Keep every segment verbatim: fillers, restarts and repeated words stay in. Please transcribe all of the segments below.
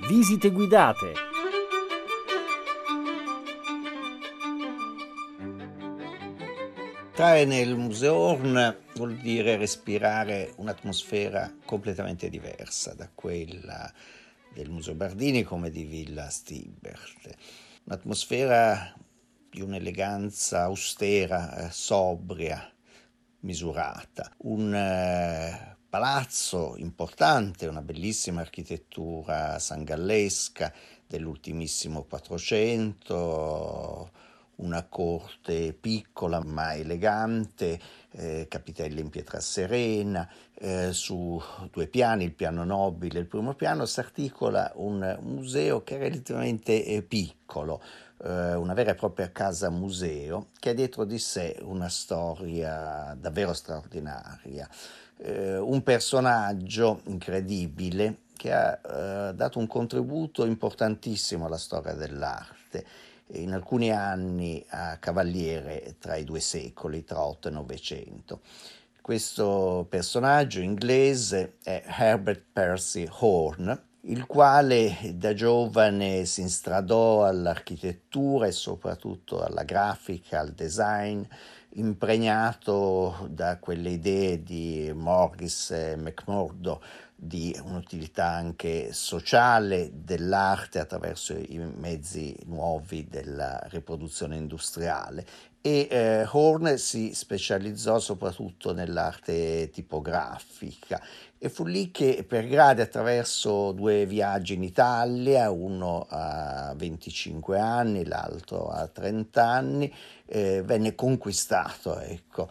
Visite guidate. Entrare nel Museo Horn vuol dire respirare un'atmosfera completamente diversa da quella del Museo Bardini come di Villa Stibert. Un'atmosfera di un'eleganza austera, sobria, misurata. Un eh, palazzo importante, una bellissima architettura sangallesca dell'ultimissimo Quattrocento, una corte piccola ma elegante, eh, capitelli in pietra serena, eh, su due piani, il piano nobile e il primo piano, si articola un museo che è relativamente eh, piccolo, eh, una vera e propria casa museo che ha dietro di sé una storia davvero straordinaria. Eh, un personaggio incredibile che ha eh, dato un contributo importantissimo alla storia dell'arte, in alcuni anni a cavaliere tra i due secoli, tra otto e novecento. Questo personaggio inglese è Herbert Percy Horn, il quale da giovane si instradò all'architettura e soprattutto alla grafica, al design, impregnato da quelle idee di Morris McMurdo di un'utilità anche sociale dell'arte attraverso i mezzi nuovi della riproduzione industriale. E eh, Horn si specializzò soprattutto nell'arte tipografica e fu lì che per gradi, attraverso due viaggi in Italia, uno a venticinque anni, l'altro a trenta anni, eh, venne conquistato, ecco,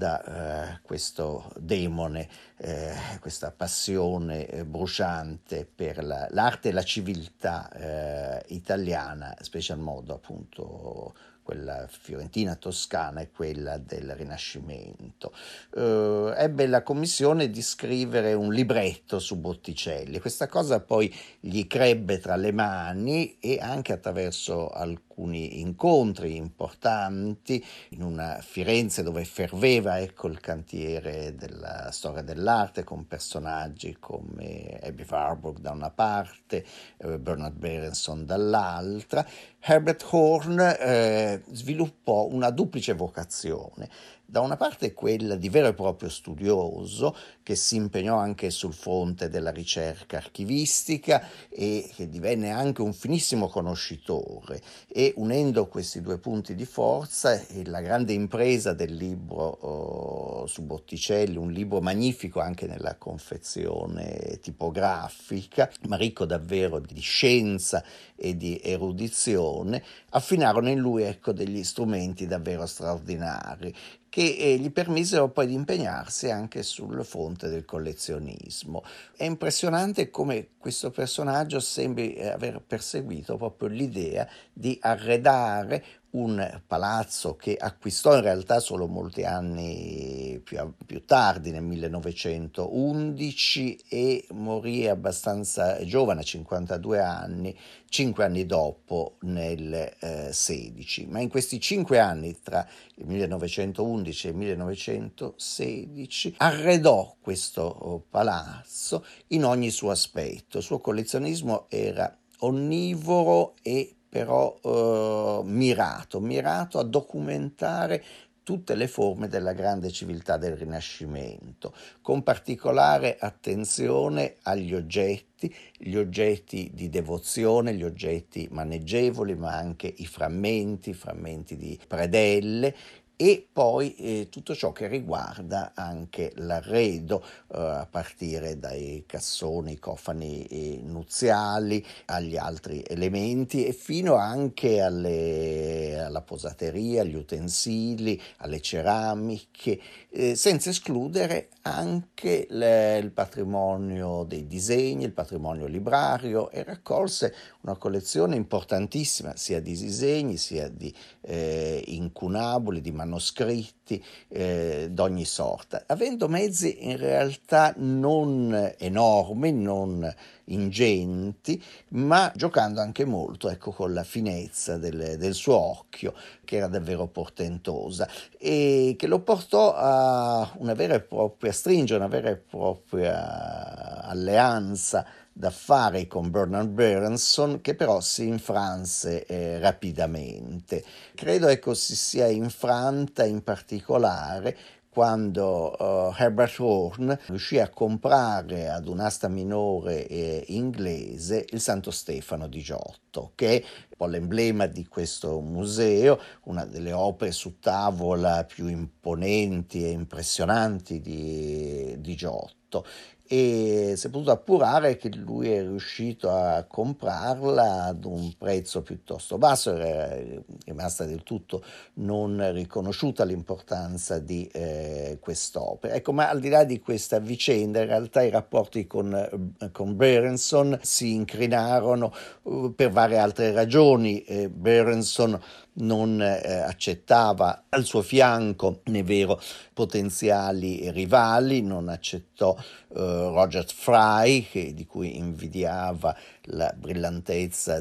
da eh, questo demone, eh, questa passione eh, bruciante per la, l'arte e la civiltà eh, italiana, special modo appunto quella fiorentina, toscana e quella del Rinascimento. Eh, ebbe la commissione di scrivere un libretto su Botticelli. Questa cosa poi gli crebbe tra le mani e anche attraverso alcuni incontri importanti in una Firenze dove ferveva, ecco, il cantiere della storia dell'arte, con personaggi come Abby Warburg da una parte, eh, Bernard Berenson dall'altra. Herbert Horn eh, sviluppò una duplice vocazione. Da una parte quella di vero e proprio studioso, che si impegnò anche sul fronte della ricerca archivistica e che divenne anche un finissimo conoscitore, e unendo questi due punti di forza e la grande impresa del libro oh, su Botticelli, un libro magnifico anche nella confezione tipografica, ma ricco davvero di scienza e di erudizione, affinarono in lui, ecco, degli strumenti davvero straordinari che eh, gli permisero poi di impegnarsi anche sul fronte del collezionismo. È impressionante come questo personaggio sembri eh, aver perseguito proprio l'idea di arredare un palazzo che acquistò in realtà solo molti anni più, più tardi, nel millenovecentoundici, e morì abbastanza giovane, a cinquantadue anni, cinque anni dopo, nel eh, sedici. Ma in questi cinque anni, tra il millenovecentoundici e il millenovecentosedici, arredò questo palazzo in ogni suo aspetto. Il suo collezionismo era onnivoro e però eh, mirato, mirato a documentare tutte le forme della grande civiltà del Rinascimento, con particolare attenzione agli oggetti, gli oggetti di devozione, gli oggetti maneggevoli, ma anche i frammenti, i frammenti di predelle, e poi eh, tutto ciò che riguarda anche l'arredo, eh, a partire dai cassoni, cofani eh, nuziali, agli altri elementi, e fino anche alle, alla posateria, agli utensili, alle ceramiche, eh, senza escludere anche le, il patrimonio dei disegni, il patrimonio librario, e raccolse una collezione importantissima sia di disegni sia di eh, incunaboli, di manoscritti eh, d'ogni sorta, avendo mezzi in realtà non enormi, non ingenti, ma giocando anche molto, ecco, con la finezza del, del suo occhio, che era davvero portentosa e che lo portò a una vera e propria stringere una vera e propria alleanza d'affari con Bernard Berenson, che però si infranse eh, rapidamente. Credo ecco si sia infranta in particolare quando uh, Herbert Horn riuscì a comprare ad un'asta minore eh, inglese il Santo Stefano di Giotto, che è un po' l'emblema di questo museo, una delle opere su tavola più imponenti e impressionanti di, di Giotto. E si è potuto appurare che lui è riuscito a comprarla ad un prezzo piuttosto basso, era rimasta del tutto non riconosciuta l'importanza di eh, quest'opera. Ecco, ma al di là di questa vicenda, in realtà i rapporti con, con Berenson si incrinarono uh, per varie altre ragioni. Eh, Berenson non eh, accettava al suo fianco né vero potenziali rivali, non accettò eh, Roger Fry, che, di cui invidiava la brillantezza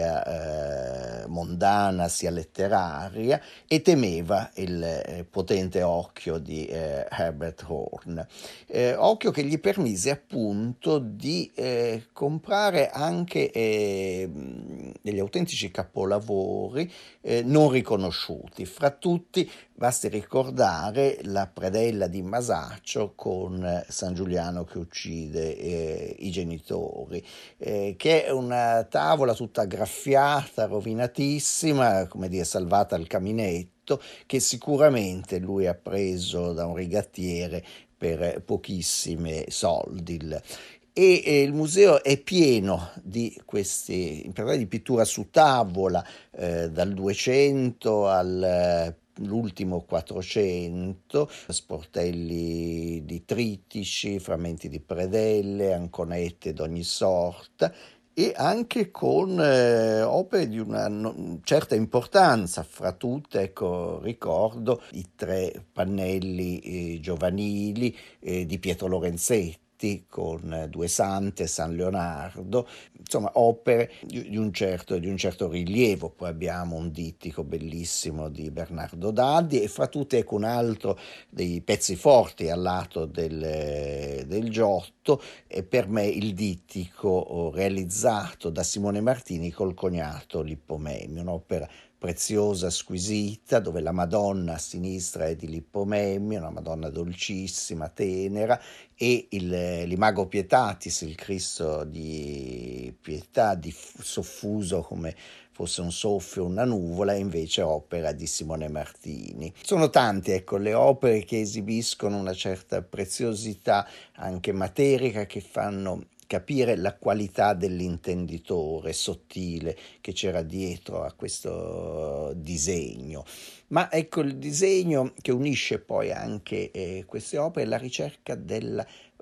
sia eh, mondana sia letteraria, e temeva il eh, potente occhio di eh, Herbert Horn, eh, occhio che gli permise appunto di eh, comprare anche eh, degli autentici capolavori eh, non riconosciuti. Fra tutti basti ricordare la predella di Masaccio con San Giuliano che uccide eh, i genitori, eh, che è una tavola tutta graffiata, rovinatissima, come dire, salvata al caminetto, che sicuramente lui ha preso da un rigattiere per pochissimi soldi. E eh, il museo è pieno di questi, in particolare di pittura su tavola, eh, dal duecento all'ultimo quattrocento, sportelli di trittici, frammenti di predelle, anconette d'ogni sorta, e anche con eh, opere di una no, certa importanza, fra tutte, ecco, ricordo i tre pannelli eh, giovanili eh, di Pietro Lorenzetti, con Due Sante, San Leonardo, insomma opere di, di, un certo, di un certo rilievo. Poi abbiamo un dittico bellissimo di Bernardo Daddi, e fra tutte ecco un altro dei pezzi forti al lato del, del Giotto è per me il dittico realizzato da Simone Martini col cognato Lippomemi, un'opera preziosa, squisita, dove la Madonna a sinistra è di Lippomemi, una Madonna dolcissima, tenera, e il, l'Imago Pietatis, il Cristo di pietà, di, soffuso come fosse un soffio, una nuvola, è invece opera di Simone Martini. Sono tante, ecco, le opere che esibiscono una certa preziosità anche materica, che fanno capire la qualità dell'intenditore sottile che c'era dietro a questo disegno. Ma ecco, il disegno che unisce poi anche eh, queste opere è la ricerca della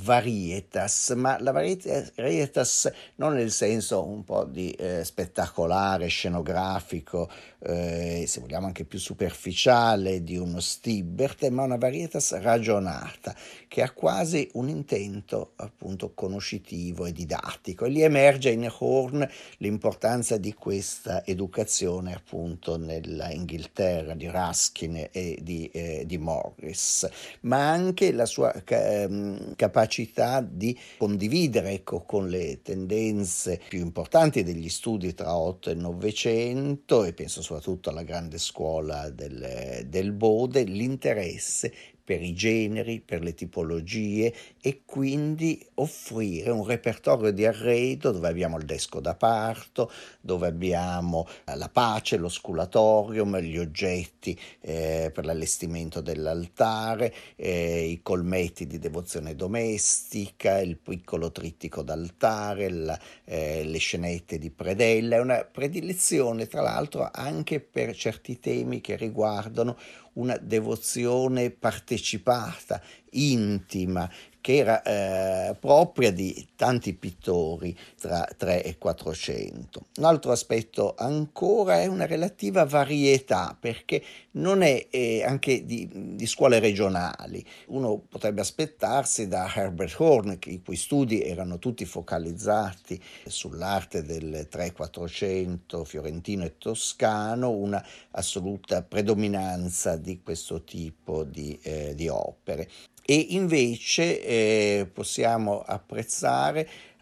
varietas, ma la varietas non nel senso un po' di eh, spettacolare, scenografico, eh, se vogliamo anche più superficiale di uno Stibbert, ma una varietas ragionata, che ha quasi un intento appunto conoscitivo e didattico, e lì emerge in Horn l'importanza di questa educazione appunto nella Inghilterra di Ruskin e di, eh, di Morris, ma anche la sua ca- capacità di condividere ecco, con le tendenze più importanti degli studi tra Otto e Novecento, e penso soprattutto alla grande scuola del, del Bode, l'interesse per i generi, per le tipologie, e quindi offrire un repertorio di arredo dove abbiamo il desco da parto, dove abbiamo la pace, lo sculatorium, gli oggetti eh, per l'allestimento dell'altare, eh, i colmetti di devozione domestica, il piccolo trittico d'altare, la, eh, le scenette di predella. È una predilezione tra l'altro anche per certi temi che riguardano una devozione partecipata, intima, che era eh, propria di tanti pittori tra tre e quattrocento. Un altro aspetto ancora è una relativa varietà, perché non è eh, anche di, di scuole regionali. Uno potrebbe aspettarsi da Herbert Horn, che, i cui studi erano tutti focalizzati sull'arte del tre quattrocento fiorentino e toscano, una assoluta predominanza di questo tipo di, eh, di opere. E invece eh, possiamo apprezzare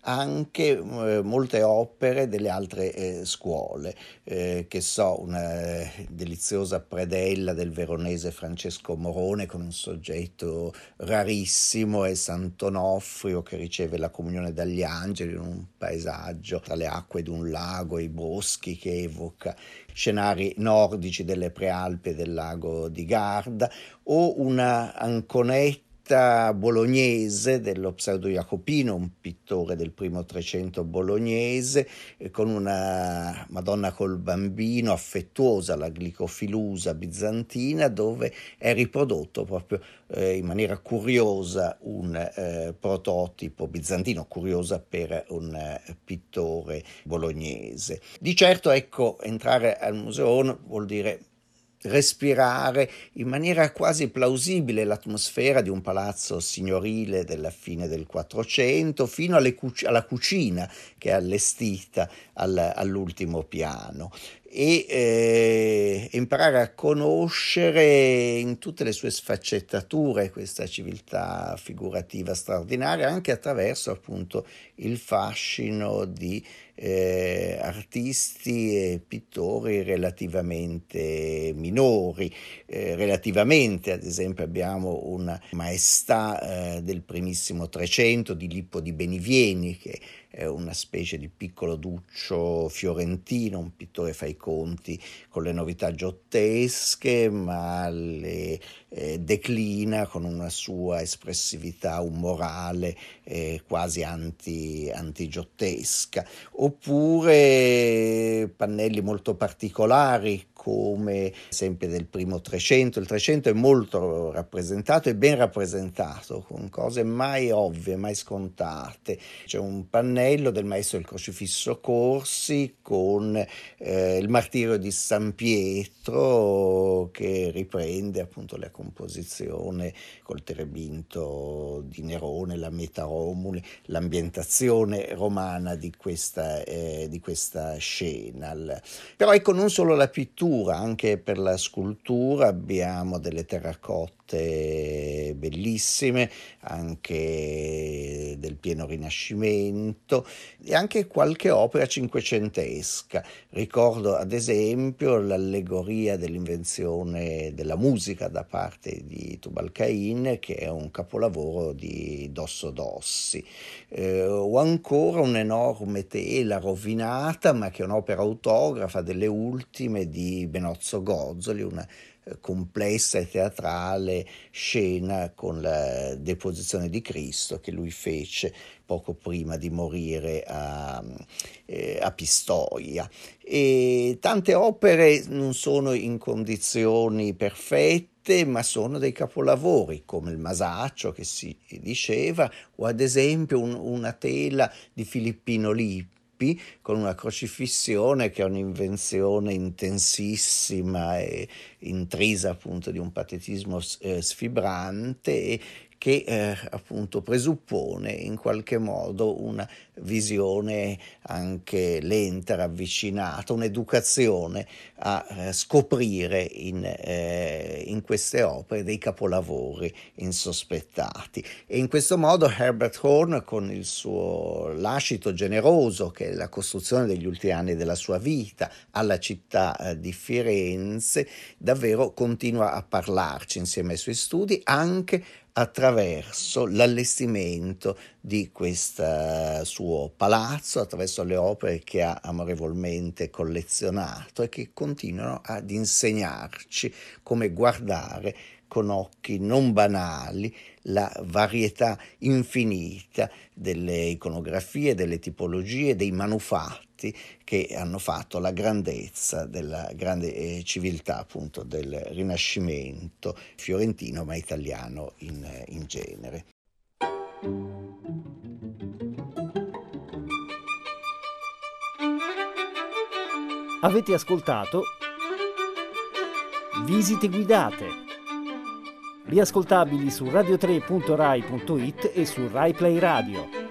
anche eh, molte opere delle altre eh, scuole, eh, che so, una eh, deliziosa predella del veronese Francesco Morone con un soggetto rarissimo, è Sant'Onofrio che riceve la comunione dagli angeli in un paesaggio tra le acque di un lago e i boschi, che evoca scenari nordici delle prealpi e del lago di Garda, o una Anconetta bolognese dello Pseudo Jacopino, un pittore del primo Trecento bolognese, eh, con una Madonna col Bambino affettuosa, la glicofilusa bizantina, dove è riprodotto proprio eh, in maniera curiosa un eh, prototipo bizantino, curiosa per un eh, pittore bolognese. Di certo, ecco, entrare al museo vuol dire respirare in maniera quasi plausibile l'atmosfera di un palazzo signorile della fine del Quattrocento, fino alle cuc- alla cucina che è allestita al- all'ultimo piano, e eh, imparare a conoscere in tutte le sue sfaccettature questa civiltà figurativa straordinaria, anche attraverso appunto il fascino di eh, artisti e pittori relativamente minori. Eh, relativamente, ad esempio, abbiamo una maestà eh, del primissimo Trecento di Lippo di Benivieni, che è una specie di piccolo Duccio fiorentino, un pittore fai conti con le novità giottesche, ma le eh, declina con una sua espressività umorale eh, quasi anti, antigiottesca. Oppure pannelli molto particolari come sempre del primo Trecento. Il Trecento è molto rappresentato e ben rappresentato, con cose mai ovvie, mai scontate. C'è un pannello del maestro del crocifisso Corsi con eh, il martirio di San Pietro, che riprende appunto la composizione col terebinto di Nerone, la Meta Romuli, l'ambientazione romana di questa, eh, di questa scena. Però ecco, non solo la pittura, anche per la scultura abbiamo delle terracotte bellissime, anche del pieno Rinascimento, e anche qualche opera cinquecentesca. Ricordo ad esempio l'allegoria dell'invenzione della musica da parte di Tubal-Cain, che è un capolavoro di Dosso Dossi, eh, o ancora un'enorme tela rovinata, ma che è un'opera autografa delle ultime di Benozzo Gozzoli, una eh, complessa e teatrale scena con la deposizione di Cristo che lui fece poco prima di morire a, eh, a Pistoia. E tante opere non sono in condizioni perfette, ma sono dei capolavori, come il Masaccio che si diceva, o ad esempio un, una tela di Filippino Lippi con una crocifissione che è un'invenzione intensissima e intrisa appunto di un patetismo eh, sfibrante, e che eh, appunto presuppone in qualche modo una visione anche lenta, ravvicinata, un'educazione a eh, scoprire in, eh, in queste opere dei capolavori insospettati. E in questo modo Herbert Horn, con il suo lascito generoso, che è la costruzione degli ultimi anni della sua vita alla città eh, di Firenze, davvero continua a parlarci insieme ai suoi studi, anche attraverso l'allestimento di questo suo palazzo, attraverso le opere che ha amorevolmente collezionato e che continuano ad insegnarci come guardare con occhi non banali la varietà infinita delle iconografie, delle tipologie, dei manufatti che hanno fatto la grandezza della grande civiltà appunto del Rinascimento fiorentino, ma italiano in, in genere. Avete ascoltato Visite guidate, riascoltabili su radio tre punto rai punto it e su Rai Play Radio.